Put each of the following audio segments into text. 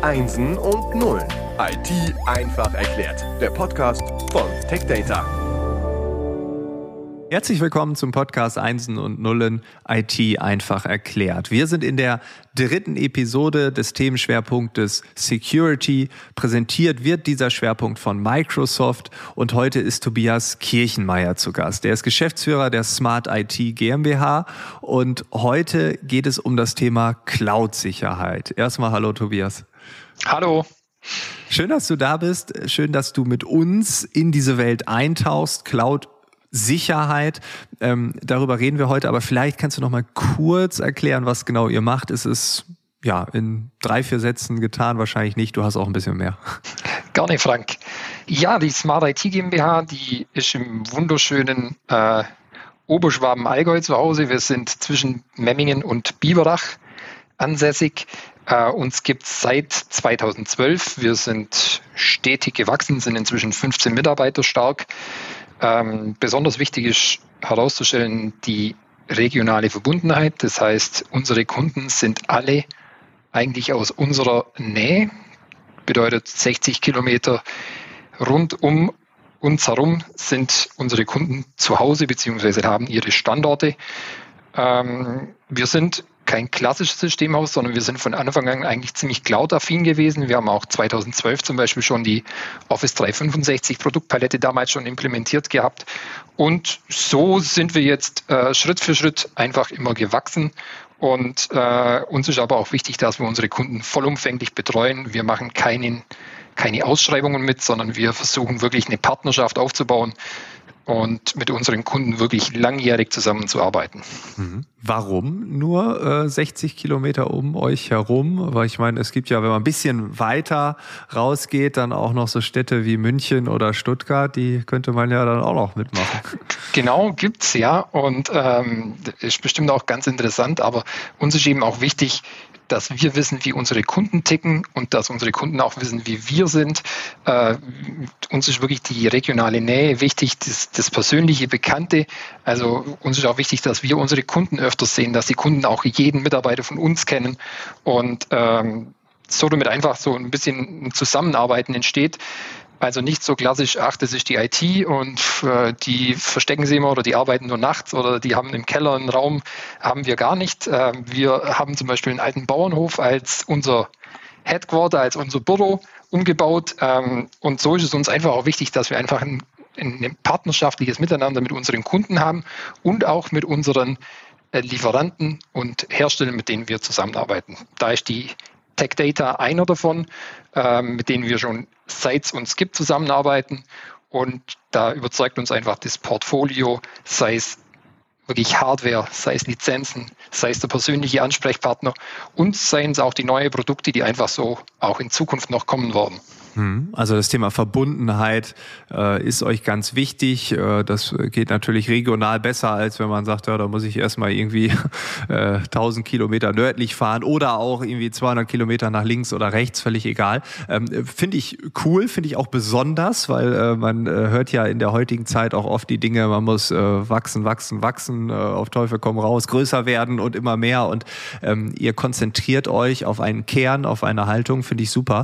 Einsen und Nullen. IT einfach erklärt. Der Podcast von TechData. Herzlich willkommen zum Podcast Einsen und Nullen IT einfach erklärt. Wir sind in der dritten Episode des Themenschwerpunktes Security. Präsentiert wird dieser Schwerpunkt von Microsoft und heute ist Tobias Kirchenmeier zu Gast. Er ist Geschäftsführer der Smart IT GmbH und heute geht es um das Thema Cloud-Sicherheit. Erstmal hallo Tobias. Hallo. Schön, dass du da bist. Schön, dass du mit uns in diese Welt eintauchst. Cloud-Sicherheit. Darüber reden wir heute, aber vielleicht kannst du noch mal kurz erklären, was genau ihr macht. Es ist ja in 3-4 Sätzen getan, wahrscheinlich nicht. Du hast auch ein bisschen mehr. Gerne, Frank. Ja, die Smart IT GmbH, die ist im wunderschönen Oberschwaben-Allgäu zu Hause. Wir sind zwischen Memmingen und Biberach ansässig. Uns gibt es seit 2012. Wir sind stetig gewachsen, sind inzwischen 15 Mitarbeiter stark. Besonders wichtig ist herauszustellen die regionale Verbundenheit. Das heißt, unsere Kunden sind alle eigentlich aus unserer Nähe. Bedeutet 60 Kilometer rund um uns herum sind unsere Kunden zu Hause bzw. haben ihre Standorte. Wir sind kein klassisches Systemhaus, sondern wir sind von Anfang an eigentlich ziemlich cloud-affin gewesen. Wir haben auch 2012 zum Beispiel schon die Office 365 Produktpalette damals schon implementiert gehabt. Und so sind wir jetzt Schritt für Schritt einfach immer gewachsen. Und uns ist aber auch wichtig, dass wir unsere Kunden vollumfänglich betreuen. Wir machen keine Ausschreibungen mit, sondern wir versuchen wirklich eine Partnerschaft aufzubauen und mit unseren Kunden wirklich langjährig zusammenzuarbeiten. Warum nur 60 Kilometer um euch herum? Weil ich meine, es gibt ja, wenn man ein bisschen weiter rausgeht, dann auch noch so Städte wie München oder Stuttgart, die könnte man ja dann auch noch mitmachen. Genau, gibt's ja und ist bestimmt auch ganz interessant, aber uns ist eben auch wichtig, dass wir wissen, wie unsere Kunden ticken und dass unsere Kunden auch wissen, wie wir sind. Uns ist wirklich die regionale Nähe wichtig, das persönliche Bekannte. Also uns ist auch wichtig, dass wir unsere Kunden öfters sehen, dass die Kunden auch jeden Mitarbeiter von uns kennen und so damit einfach so ein bisschen ein Zusammenarbeiten entsteht. Also nicht so klassisch, das ist die IT und die verstecken sie immer oder die arbeiten nur nachts oder die haben im Keller einen Raum, haben wir gar nicht. Wir haben zum Beispiel einen alten Bauernhof als unser Headquarter, als unser Büro umgebaut. Und so ist es uns einfach auch wichtig, dass wir einfach ein partnerschaftliches Miteinander mit unseren Kunden haben und auch mit unseren Lieferanten und Herstellern, mit denen wir zusammenarbeiten. Da ist die TechData einer davon, mit denen wir schon seit es uns gibt zusammenarbeiten. Und da überzeugt uns einfach das Portfolio, sei es wirklich Hardware, sei es Lizenzen, sei es der persönliche Ansprechpartner und seien es auch die neuen Produkte, die einfach so auch in Zukunft noch kommen werden. Also das Thema Verbundenheit ist euch ganz wichtig. Das geht natürlich regional besser, als wenn man sagt, ja, da muss ich erstmal irgendwie 1000 Kilometer nördlich fahren oder auch irgendwie 200 Kilometer nach links oder rechts, völlig egal. Finde ich cool, finde ich auch besonders, weil man hört ja in der heutigen Zeit auch oft die Dinge, man muss wachsen, auf Teufel komm raus, größer werden und immer mehr. Und ihr konzentriert euch auf einen Kern, auf eine Haltung, finde ich super.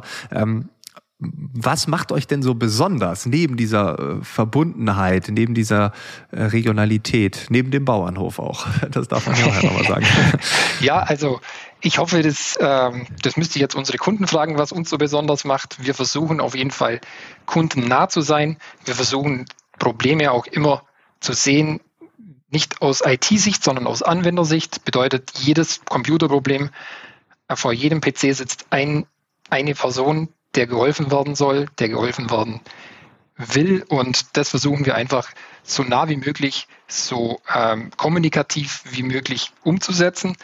Was macht euch denn so besonders neben dieser Verbundenheit, neben dieser Regionalität, neben dem Bauernhof auch? Das darf man ja auch nochmal sagen. Ja, also ich hoffe, das müsste ich jetzt unsere Kunden fragen, was uns so besonders macht. Wir versuchen auf jeden Fall kundennah zu sein. Wir versuchen Probleme auch immer zu sehen, nicht aus IT-Sicht, sondern aus Anwendersicht. Bedeutet, jedes Computerproblem, vor jedem PC sitzt eine Person, der geholfen werden soll, der geholfen werden will. Und das versuchen wir einfach so nah wie möglich, so kommunikativ wie möglich umzusetzen.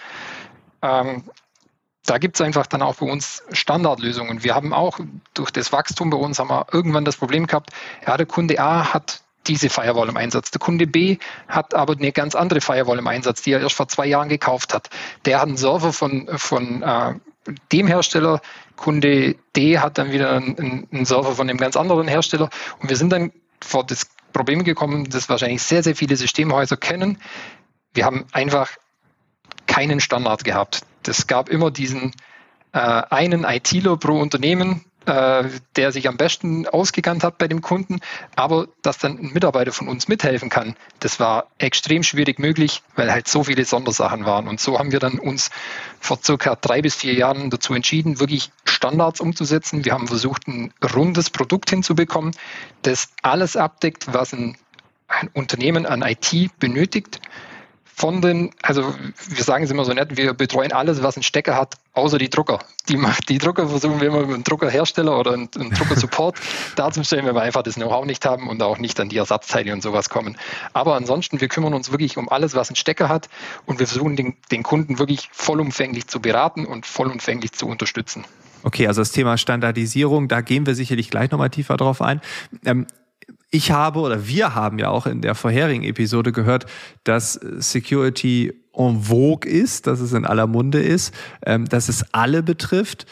Da gibt es einfach dann auch bei uns Standardlösungen. Wir haben auch durch das Wachstum bei uns haben wir irgendwann das Problem gehabt, ja, der Kunde A hat diese Firewall im Einsatz. Der Kunde B hat aber eine ganz andere Firewall im Einsatz, die er erst vor 2 Jahren gekauft hat. Der hat einen Server von dem Hersteller, Kunde D hat dann wieder einen Server von einem ganz anderen Hersteller. Und wir sind dann vor das Problem gekommen, das wahrscheinlich sehr, sehr viele Systemhäuser kennen. Wir haben einfach keinen Standard gehabt. Es gab immer diesen einen ITler pro Unternehmen, der sich am besten ausgekannt hat bei dem Kunden, aber dass dann ein Mitarbeiter von uns mithelfen kann, das war extrem schwierig möglich, weil halt so viele Sondersachen waren. Und so haben wir dann uns vor circa 3 bis 4 Jahren dazu entschieden, wirklich Standards umzusetzen. Wir haben versucht, ein rundes Produkt hinzubekommen, das alles abdeckt, was ein Unternehmen an IT benötigt. Also wir sagen es immer so nett, wir betreuen alles, was einen Stecker hat, außer die Drucker. Die Drucker versuchen wir immer mit einem Druckerhersteller oder einem Drucker-Support darzustellen, wenn wir einfach das Know-how nicht haben und auch nicht an die Ersatzteile und sowas kommen. Aber ansonsten, wir kümmern uns wirklich um alles, was einen Stecker hat und wir versuchen den Kunden wirklich vollumfänglich zu beraten und vollumfänglich zu unterstützen. Okay, also das Thema Standardisierung, da gehen wir sicherlich gleich nochmal tiefer drauf ein. Wir haben ja auch in der vorherigen Episode gehört, dass Security en vogue ist, dass es in aller Munde ist, dass es alle betrifft.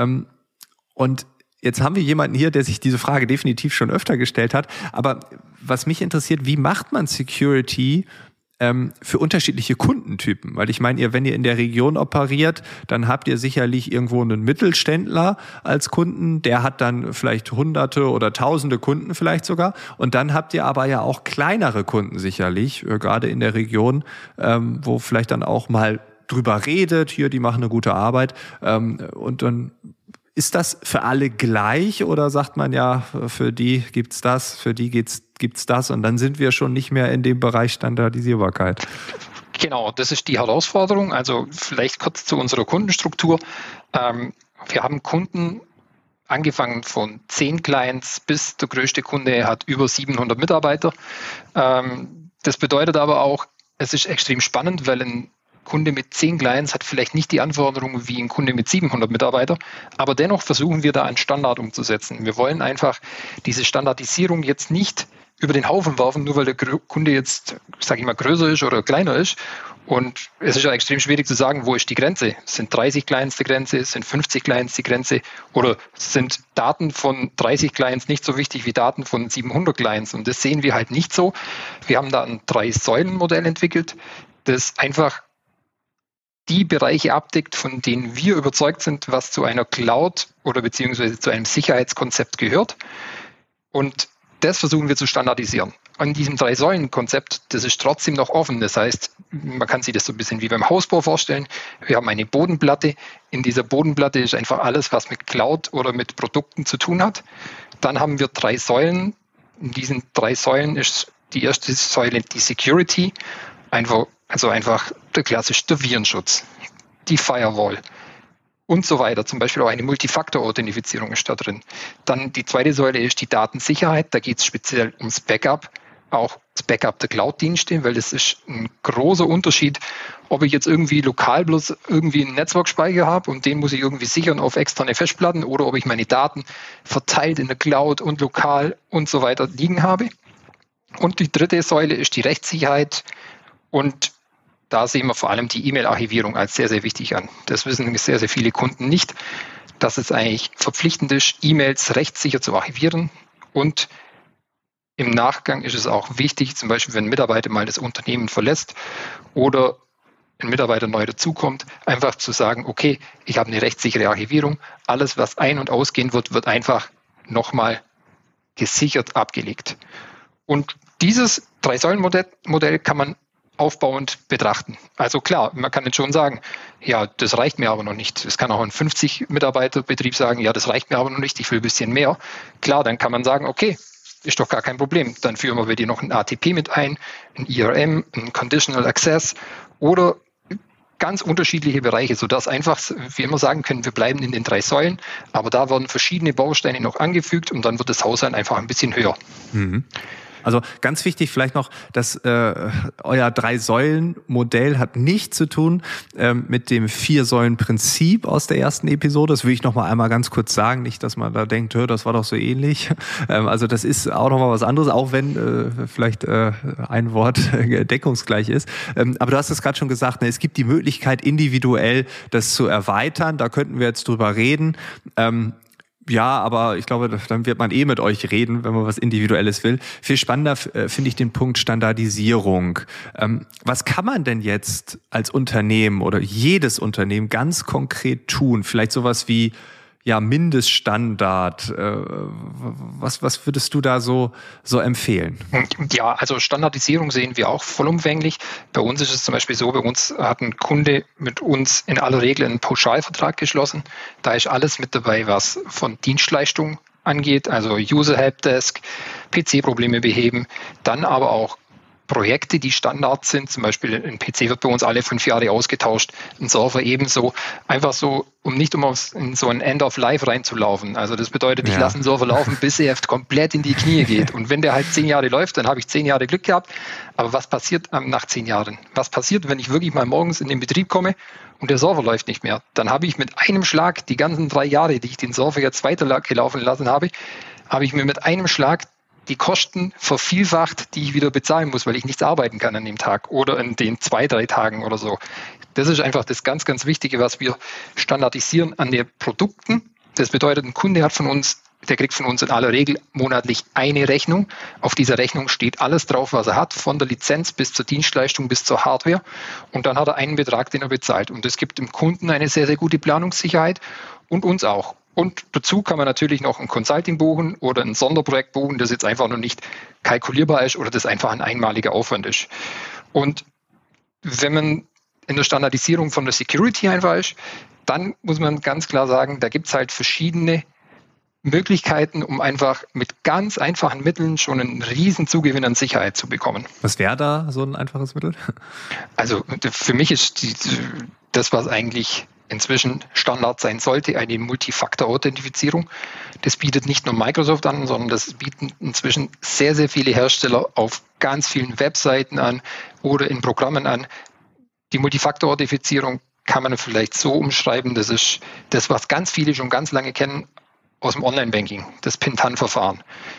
Und jetzt haben wir jemanden hier, der sich diese Frage definitiv schon öfter gestellt hat. Aber was mich interessiert, wie macht man Security für unterschiedliche Kundentypen? Weil ich meine, wenn ihr in der Region operiert, dann habt ihr sicherlich irgendwo einen Mittelständler als Kunden, der hat dann vielleicht Hunderte oder Tausende Kunden vielleicht sogar. Und dann habt ihr aber ja auch kleinere Kunden sicherlich, gerade in der Region, wo vielleicht dann auch mal drüber redet, hier, die machen eine gute Arbeit. Und dann ist das für alle gleich oder sagt man ja, für die gibt's das, für die gibt's das und dann sind wir schon nicht mehr in dem Bereich Standardisierbarkeit? Genau, das ist die Herausforderung. Also vielleicht kurz zu unserer Kundenstruktur. Wir haben Kunden angefangen von 10 Clients bis der größte Kunde hat über 700 Mitarbeiter. Das bedeutet aber auch, es ist extrem spannend, weil ein Kunde mit 10 Clients hat vielleicht nicht die Anforderungen wie ein Kunde mit 700 Mitarbeitern, aber dennoch versuchen wir da einen Standard umzusetzen. Wir wollen einfach diese Standardisierung jetzt nicht über den Haufen werfen, nur weil der Kunde jetzt, sage ich mal, größer ist oder kleiner ist. Und es ist ja extrem schwierig zu sagen, wo ist die Grenze? Sind 30 Clients die Grenze? Sind 50 Clients die Grenze? Oder sind Daten von 30 Clients nicht so wichtig wie Daten von 700 Clients? Und das sehen wir halt nicht so. Wir haben da ein 3-Säulen-Modell entwickelt, das einfach die Bereiche abdeckt, von denen wir überzeugt sind, was zu einer Cloud oder beziehungsweise zu einem Sicherheitskonzept gehört. Und das versuchen wir zu standardisieren. An diesem 3-Säulen-Konzept, das ist trotzdem noch offen. Das heißt, man kann sich das so ein bisschen wie beim Hausbau vorstellen. Wir haben eine Bodenplatte. In dieser Bodenplatte ist einfach alles, was mit Cloud oder mit Produkten zu tun hat. Dann haben wir 3 Säulen. In diesen 3 Säulen ist die erste Säule die Security. Einfach der klassische Virenschutz, die Firewall und so weiter. Zum Beispiel auch eine Multifaktor-Authentifizierung ist da drin. Dann die zweite Säule ist die Datensicherheit. Da geht es speziell ums Backup, auch das Backup der Cloud-Dienste, weil das ist ein großer Unterschied, ob ich jetzt irgendwie lokal bloß irgendwie einen Netzwerkspeicher habe und den muss ich irgendwie sichern auf externe Festplatten oder ob ich meine Daten verteilt in der Cloud und lokal und so weiter liegen habe. Und die dritte Säule ist die Rechtssicherheit. Und da sehen wir vor allem die E-Mail-Archivierung als sehr, sehr wichtig an. Das wissen sehr, sehr viele Kunden nicht, dass es eigentlich verpflichtend ist, E-Mails rechtssicher zu archivieren. Und im Nachgang ist es auch wichtig, zum Beispiel, wenn ein Mitarbeiter mal das Unternehmen verlässt oder ein Mitarbeiter neu dazukommt, einfach zu sagen, okay, ich habe eine rechtssichere Archivierung. Alles, was ein- und ausgehen wird, wird einfach nochmal gesichert abgelegt. Und dieses 3-Säulen-Modell kann man aufbauend betrachten. Also klar, man kann jetzt schon sagen, ja, das reicht mir aber noch nicht. Es kann auch ein 50-Mitarbeiter-Betrieb sagen, ja, das reicht mir aber noch nicht, ich will ein bisschen mehr. Klar, dann kann man sagen, okay, ist doch gar kein Problem. Dann führen wir bei dir noch ein ATP mit ein, ein IRM, ein Conditional Access oder ganz unterschiedliche Bereiche, sodass einfach wir immer sagen können, wir bleiben in den 3 Säulen, aber da werden verschiedene Bausteine noch angefügt und dann wird das Haus dann einfach ein bisschen höher. Mhm. Also ganz wichtig vielleicht noch, dass euer 3-Säulen-Modell hat nichts zu tun mit dem 4-Säulen-Prinzip aus der ersten Episode. Das will ich noch mal einmal ganz kurz sagen, nicht, dass man da denkt, das war doch so ähnlich. Also das ist auch noch mal was anderes, auch wenn vielleicht ein Wort deckungsgleich ist. Aber du hast es gerade schon gesagt, es gibt die Möglichkeit, individuell das zu erweitern. Da könnten wir jetzt drüber reden. Ja, aber ich glaube, dann wird man mit euch reden, wenn man was Individuelles will. Viel spannender finde ich den Punkt Standardisierung. Was kann man denn jetzt als Unternehmen oder jedes Unternehmen ganz konkret tun? Vielleicht sowas wie Mindeststandard. Was würdest du da so empfehlen? Ja, also Standardisierung sehen wir auch vollumfänglich. Bei uns ist es zum Beispiel so, bei uns hat ein Kunde mit uns in aller Regel einen Pauschalvertrag geschlossen. Da ist alles mit dabei, was von Dienstleistungen angeht, also User Helpdesk, PC-Probleme beheben, dann aber auch Projekte, die Standard sind, zum Beispiel ein PC wird bei uns alle 5 Jahre ausgetauscht, ein Server ebenso, einfach so, um in so ein End of Life reinzulaufen. Also das bedeutet, ich lasse einen Server laufen, bis er komplett in die Knie geht. Und wenn der halt 10 Jahre läuft, dann habe ich 10 Jahre Glück gehabt. Aber was passiert nach 10 Jahren? Was passiert, wenn ich wirklich mal morgens in den Betrieb komme und der Server läuft nicht mehr? Dann habe ich mit einem Schlag die ganzen 3 Jahre, die ich den Server jetzt weitergelaufen lassen habe ich mir mit einem Schlag die Kosten vervielfacht, die ich wieder bezahlen muss, weil ich nichts arbeiten kann an dem Tag oder in den 2-3 Tagen oder so. Das ist einfach das ganz, ganz Wichtige, was wir standardisieren an den Produkten. Das bedeutet, ein Kunde der kriegt von uns in aller Regel monatlich eine Rechnung. Auf dieser Rechnung steht alles drauf, was er hat, von der Lizenz bis zur Dienstleistung bis zur Hardware. Und dann hat er einen Betrag, den er bezahlt. Und das gibt dem Kunden eine sehr, sehr gute Planungssicherheit und uns auch. Und dazu kann man natürlich noch ein Consulting buchen oder ein Sonderprojekt buchen, das jetzt einfach noch nicht kalkulierbar ist oder das einfach ein einmaliger Aufwand ist. Und wenn man in der Standardisierung von der Security einfach ist, dann muss man ganz klar sagen, da gibt es halt verschiedene Möglichkeiten, um einfach mit ganz einfachen Mitteln schon einen riesen Zugewinn an Sicherheit zu bekommen. Was wäre da so ein einfaches Mittel? Also für mich ist das, was eigentlich inzwischen Standard sein sollte, eine Multifaktor-Authentifizierung. Das bietet nicht nur Microsoft an, sondern das bieten inzwischen sehr, sehr viele Hersteller auf ganz vielen Webseiten an oder in Programmen an. Die Multifaktor-Authentifizierung kann man vielleicht so umschreiben, das ist das, was ganz viele schon ganz lange kennen aus dem Online-Banking, das PIN-TAN-Verfahren.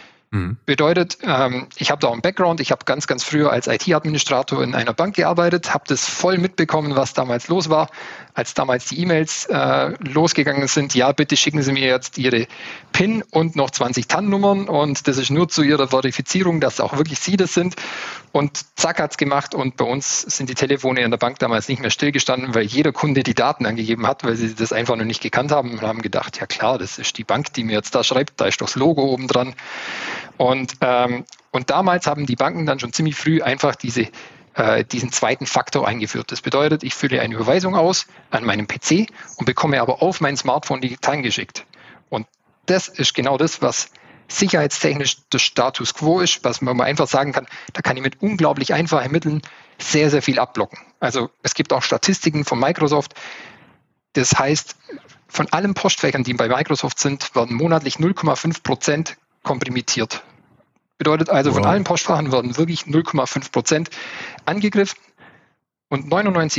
Bedeutet, ich habe da auch einen Background, ich habe ganz, ganz früher als IT-Administrator in einer Bank gearbeitet, habe das voll mitbekommen, was damals los war, als damals die E-Mails losgegangen sind, ja, bitte schicken Sie mir jetzt Ihre PIN und noch 20 TAN-Nummern und das ist nur zu Ihrer Verifizierung, dass auch wirklich Sie das sind und zack hat's gemacht und bei uns sind die Telefone in der Bank damals nicht mehr stillgestanden, weil jeder Kunde die Daten angegeben hat, weil sie das einfach noch nicht gekannt haben und haben gedacht, ja klar, das ist die Bank, die mir jetzt da schreibt, da ist doch das Logo oben dran. Und damals haben die Banken dann schon ziemlich früh einfach diesen zweiten Faktor eingeführt. Das bedeutet, ich fülle eine Überweisung aus an meinem PC und bekomme aber auf mein Smartphone die Dateien geschickt. Und das ist genau das, was sicherheitstechnisch der Status quo ist, was man mal einfach sagen kann, da kann ich mit unglaublich einfachen Mitteln sehr, sehr viel abblocken. Also es gibt auch Statistiken von Microsoft. Das heißt, von allen Postfächern, die bei Microsoft sind, werden monatlich 0,5% komprimiert. Bedeutet also, von allen Postfächern werden wirklich 0,5% angegriffen und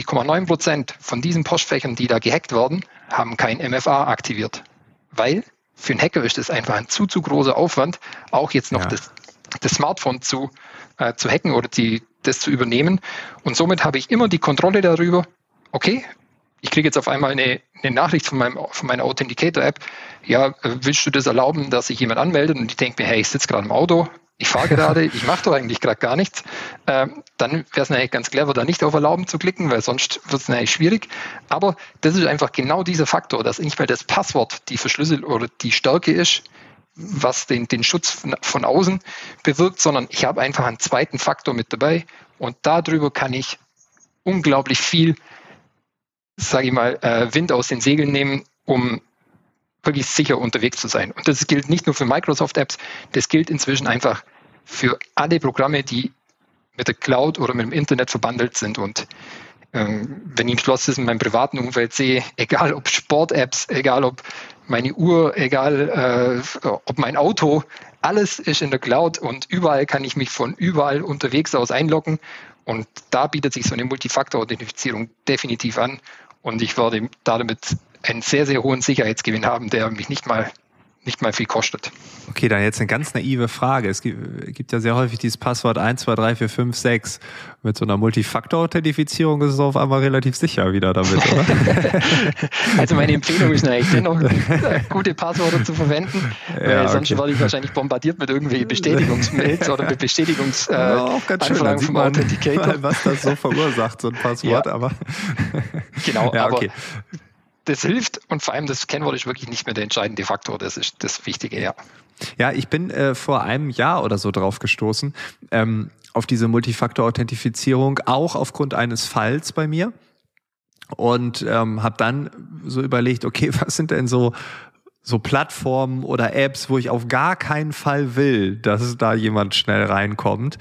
99,9% von diesen Postfächern, die da gehackt werden, haben kein MFA aktiviert. Weil für einen Hacker ist das einfach ein zu großer Aufwand, auch jetzt noch das Smartphone zu hacken oder das zu übernehmen. Und somit habe ich immer die Kontrolle darüber, okay, ich kriege jetzt auf einmal eine Nachricht von meiner Authenticator-App, ja, willst du das erlauben, dass sich jemand anmeldet? Und ich denke mir, hey, ich sitze gerade im Auto, ich fahre gerade, ich mache doch eigentlich gerade gar nichts. Dann wäre es natürlich ganz clever, da nicht auf Erlauben zu klicken, weil sonst wird es natürlich schwierig. Aber das ist einfach genau dieser Faktor, dass nicht mehr das Passwort die Verschlüssel oder die Stärke ist, was den Schutz von außen bewirkt, sondern ich habe einfach einen zweiten Faktor mit dabei und darüber kann ich unglaublich viel, sage ich mal, Wind aus den Segeln nehmen, um wirklich sicher unterwegs zu sein. Und das gilt nicht nur für Microsoft-Apps, das gilt inzwischen einfach für alle Programme, die mit der Cloud oder mit dem Internet verbandelt sind. Und wenn ich im Schloss in meinem privaten Umfeld sehe, egal ob Sport-Apps, egal ob meine Uhr, egal ob mein Auto, alles ist in der Cloud und überall kann ich mich von überall unterwegs aus einloggen. Und da bietet sich so eine Multifaktor-Authentifizierung definitiv an. Und ich werde damit einen sehr, sehr hohen Sicherheitsgewinn haben, der mich nicht mal nicht mal viel kostet. Okay, dann jetzt eine ganz naive Frage. Es gibt ja sehr häufig dieses Passwort 1, 2, 3, 4, 5, 6. Mit so einer Multifaktor-Authentifizierung ist es auf einmal relativ sicher wieder damit, oder? Also meine Empfehlung ist eigentlich dennoch, gute Passwörter zu verwenden, weil sonst werde ich wahrscheinlich bombardiert mit irgendwelchen Bestätigungsmails oder mit Bestätigungsanfragen vom Authenticator. Was das so verursacht, so ein Passwort, aber genau, ja, okay. aber das hilft und vor allem das Kennwort ist wirklich nicht mehr der entscheidende Faktor, das ist das Wichtige, ja. Ja, ich bin vor einem Jahr oder so drauf gestoßen, auf diese Multifaktor-Authentifizierung, auch aufgrund eines Falls bei mir und habe dann so überlegt, okay, was sind denn so Plattformen oder Apps, wo ich auf gar keinen Fall will, dass da jemand schnell reinkommt.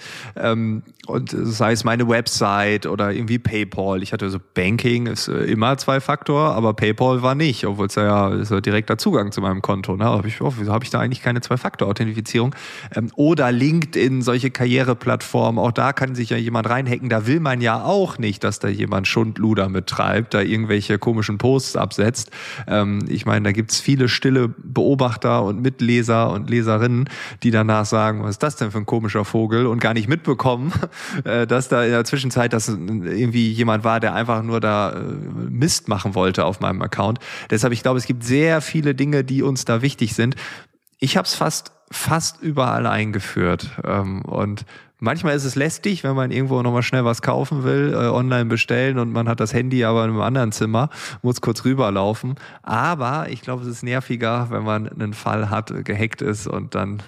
Und sei es meine Website oder irgendwie PayPal. Ich hatte so Banking ist immer 2-Faktor, aber PayPal war nicht, obwohl es ja ist ja direkter Zugang zu meinem Konto. Ne? Wieso habe ich da eigentlich keine 2-Faktor-Authentifizierung? Oder LinkedIn, solche Karriereplattformen, auch da kann sich ja jemand reinhacken. Da will man ja auch nicht, dass da jemand Schundluder mittreibt, da irgendwelche komischen Posts absetzt. Ich meine, da gibt's viele stille Beobachter und Mitleser und Leserinnen, die danach sagen, was ist das denn für ein komischer Vogel und gar nicht mitbekommen, dass da in der Zwischenzeit das irgendwie jemand war, der einfach nur da Mist machen wollte auf meinem Account. Deshalb, ich glaube, es gibt sehr viele Dinge, die uns da wichtig sind. Ich habe es fast überall eingeführt und manchmal ist es lästig, wenn man irgendwo nochmal schnell was kaufen will, online bestellen und man hat das Handy aber in einem anderen Zimmer, muss kurz rüberlaufen. Aber ich glaube, es ist nerviger, wenn man einen Fall hat, gehackt ist und dann,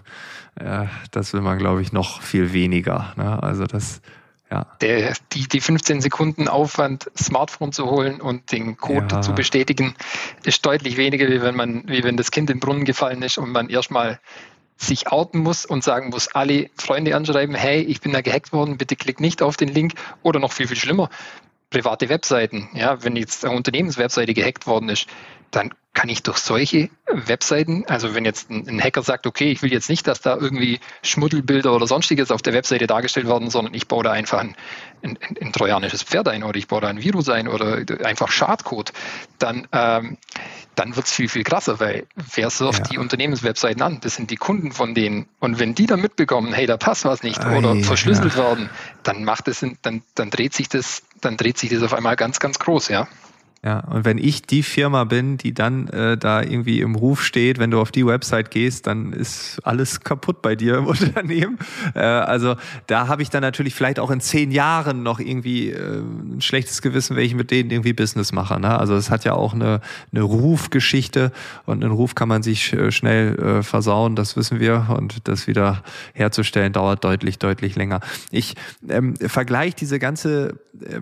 das will man, glaube ich, noch viel weniger. Ne? Also das, ja. Die 15 Sekunden Aufwand, Smartphone zu holen und den Code zu bestätigen, ist deutlich weniger, wie wenn das Kind in den Brunnen gefallen ist und man erstmal sich outen muss und sagen muss, alle Freunde anschreiben, hey, ich bin da gehackt worden, bitte klick nicht auf den Link. Oder noch viel, viel schlimmer, private Webseiten. Ja, wenn jetzt eine Unternehmenswebseite gehackt worden ist, dann kann ich durch solche Webseiten, also wenn jetzt ein Hacker sagt, okay, ich will jetzt nicht, dass da irgendwie Schmuddelbilder oder sonstiges auf der Webseite dargestellt werden, sondern ich baue da einfach ein trojanisches Pferd ein oder ich baue da ein Virus ein oder einfach Schadcode, dann wird es viel, viel krasser, weil wer surft die Unternehmenswebseiten an? Das sind die Kunden von denen. Und wenn die dann mitbekommen, hey, da passt was nicht oder verschlüsselt werden, dann dann dreht sich das auf einmal ganz, ganz groß, ja. Ja, und wenn ich die Firma bin, die dann da irgendwie im Ruf steht, wenn du auf die Website gehst, dann ist alles kaputt bei dir im Unternehmen. Also da habe ich dann natürlich vielleicht auch in 10 Jahren noch irgendwie ein schlechtes Gewissen, wenn ich mit denen irgendwie Business mache. Ne? Also es hat ja auch eine Rufgeschichte und einen Ruf kann man sich schnell versauen, das wissen wir. Und das wieder herzustellen dauert deutlich, deutlich länger. Ich vergleiche diese ganze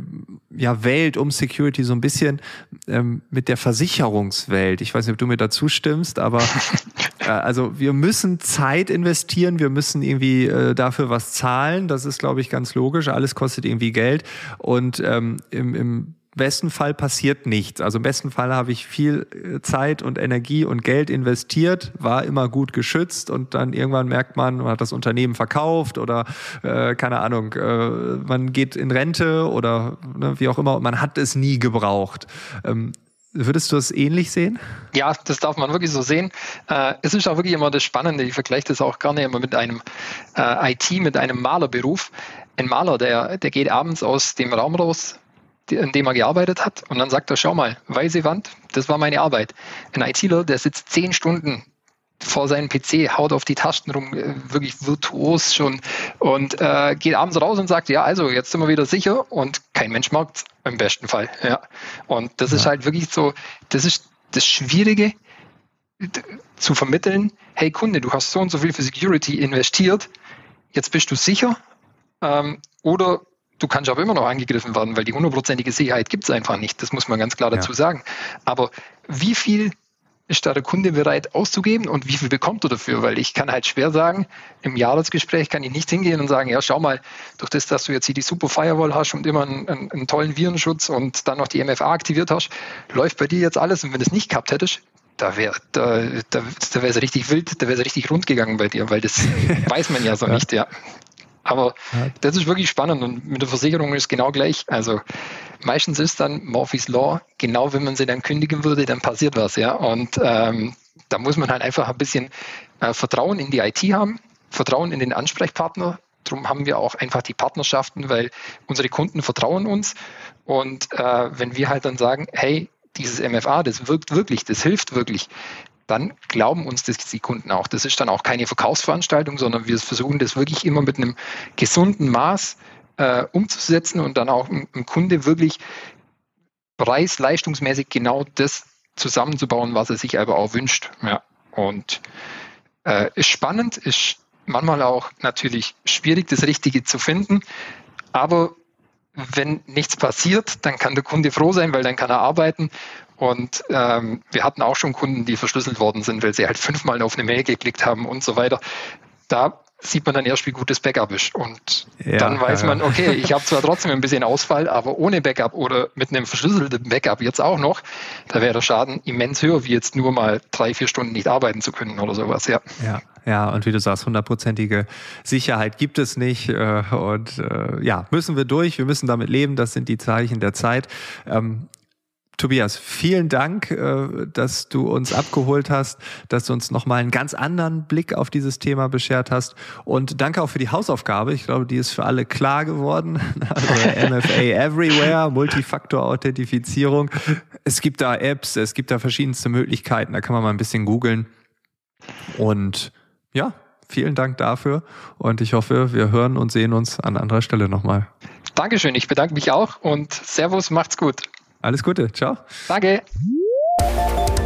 Welt um Security so ein bisschen mit der Versicherungswelt. Ich weiß nicht, ob du mir dazu stimmst, aber also wir müssen Zeit investieren, wir müssen irgendwie dafür was zahlen. Das ist, glaube ich, ganz logisch. Alles kostet irgendwie Geld und im besten Fall passiert nichts. Also im besten Fall habe ich viel Zeit und Energie und Geld investiert, war immer gut geschützt und dann irgendwann merkt man hat das Unternehmen verkauft oder keine Ahnung, man geht in Rente oder wie auch immer und man hat es nie gebraucht. Würdest du es ähnlich sehen? Ja, das darf man wirklich so sehen. Es ist auch wirklich immer das Spannende. Ich vergleiche das auch gerne immer mit einem mit einem Malerberuf. Ein Maler, der geht abends aus dem Raum raus, in dem er gearbeitet hat und dann sagt er, schau mal, weiße Wand, das war meine Arbeit. Ein ITler, der sitzt 10 Stunden vor seinem PC, haut auf die Tasten rum, wirklich virtuos schon und geht abends raus und sagt, ja, also jetzt sind wir wieder sicher und kein Mensch merkt im besten Fall. Ja. Und das ist halt wirklich so, das ist das Schwierige zu vermitteln, hey Kunde, du hast so und so viel für Security investiert, jetzt bist du sicher oder du kannst aber immer noch angegriffen werden, weil die 100%ige Sicherheit gibt es einfach nicht. Das muss man ganz klar dazu sagen. Aber wie viel ist da der Kunde bereit auszugeben und wie viel bekommt er dafür? Weil ich kann halt schwer sagen, im Jahresgespräch kann ich nicht hingehen und sagen, ja, schau mal, durch das, dass du jetzt hier die super Firewall hast und immer einen tollen Virenschutz und dann noch die MFA aktiviert hast, läuft bei dir jetzt alles. Und wenn du es nicht gehabt hättest, da wäre es richtig wild, da wäre es richtig rund gegangen bei dir, weil das weiß man ja so nicht, ja. Aber das ist wirklich spannend und mit der Versicherung ist es genau gleich. Also meistens ist dann Murphy's Law, genau wenn man sie dann kündigen würde, dann passiert was, ja. Und da muss man halt einfach ein bisschen Vertrauen in die IT haben, Vertrauen in den Ansprechpartner. Darum haben wir auch einfach die Partnerschaften, weil unsere Kunden vertrauen uns. Und wenn wir halt dann sagen, hey, dieses MFA, das wirkt wirklich, das hilft wirklich, dann glauben uns das die Kunden auch. Das ist dann auch keine Verkaufsveranstaltung, sondern wir versuchen das wirklich immer mit einem gesunden Maß umzusetzen und dann auch im Kunde wirklich preis-leistungsmäßig genau das zusammenzubauen, was er sich aber auch wünscht. Ja. Und ist spannend, ist manchmal auch natürlich schwierig, das Richtige zu finden, aber wenn nichts passiert, dann kann der Kunde froh sein, weil dann kann er arbeiten. Und wir hatten auch schon Kunden, die verschlüsselt worden sind, weil sie halt 5-mal auf eine Mail geklickt haben und so weiter. Da sieht man dann erst, wie gut das Backup ist. Und dann weiß man, okay, ich habe zwar trotzdem ein bisschen Ausfall, aber ohne Backup oder mit einem verschlüsselten Backup jetzt auch noch, da wäre der Schaden immens höher, wie jetzt nur mal 3-4 Stunden nicht arbeiten zu können oder sowas. Ja, und wie du sagst, 100%ige Sicherheit gibt es nicht. Müssen wir durch, wir müssen damit leben, das sind die Zeichen der Zeit. Tobias, vielen Dank, dass du uns abgeholt hast, dass du uns nochmal einen ganz anderen Blick auf dieses Thema beschert hast. Und danke auch für die Hausaufgabe. Ich glaube, die ist für alle klar geworden. Also MFA Everywhere, Multifaktor-Authentifizierung. Es gibt da Apps, es gibt da verschiedenste Möglichkeiten. Da kann man mal ein bisschen googeln. Und ja, vielen Dank dafür. Und ich hoffe, wir hören und sehen uns an anderer Stelle nochmal. Dankeschön, ich bedanke mich auch und Servus, macht's gut. Alles Gute, ciao. Danke.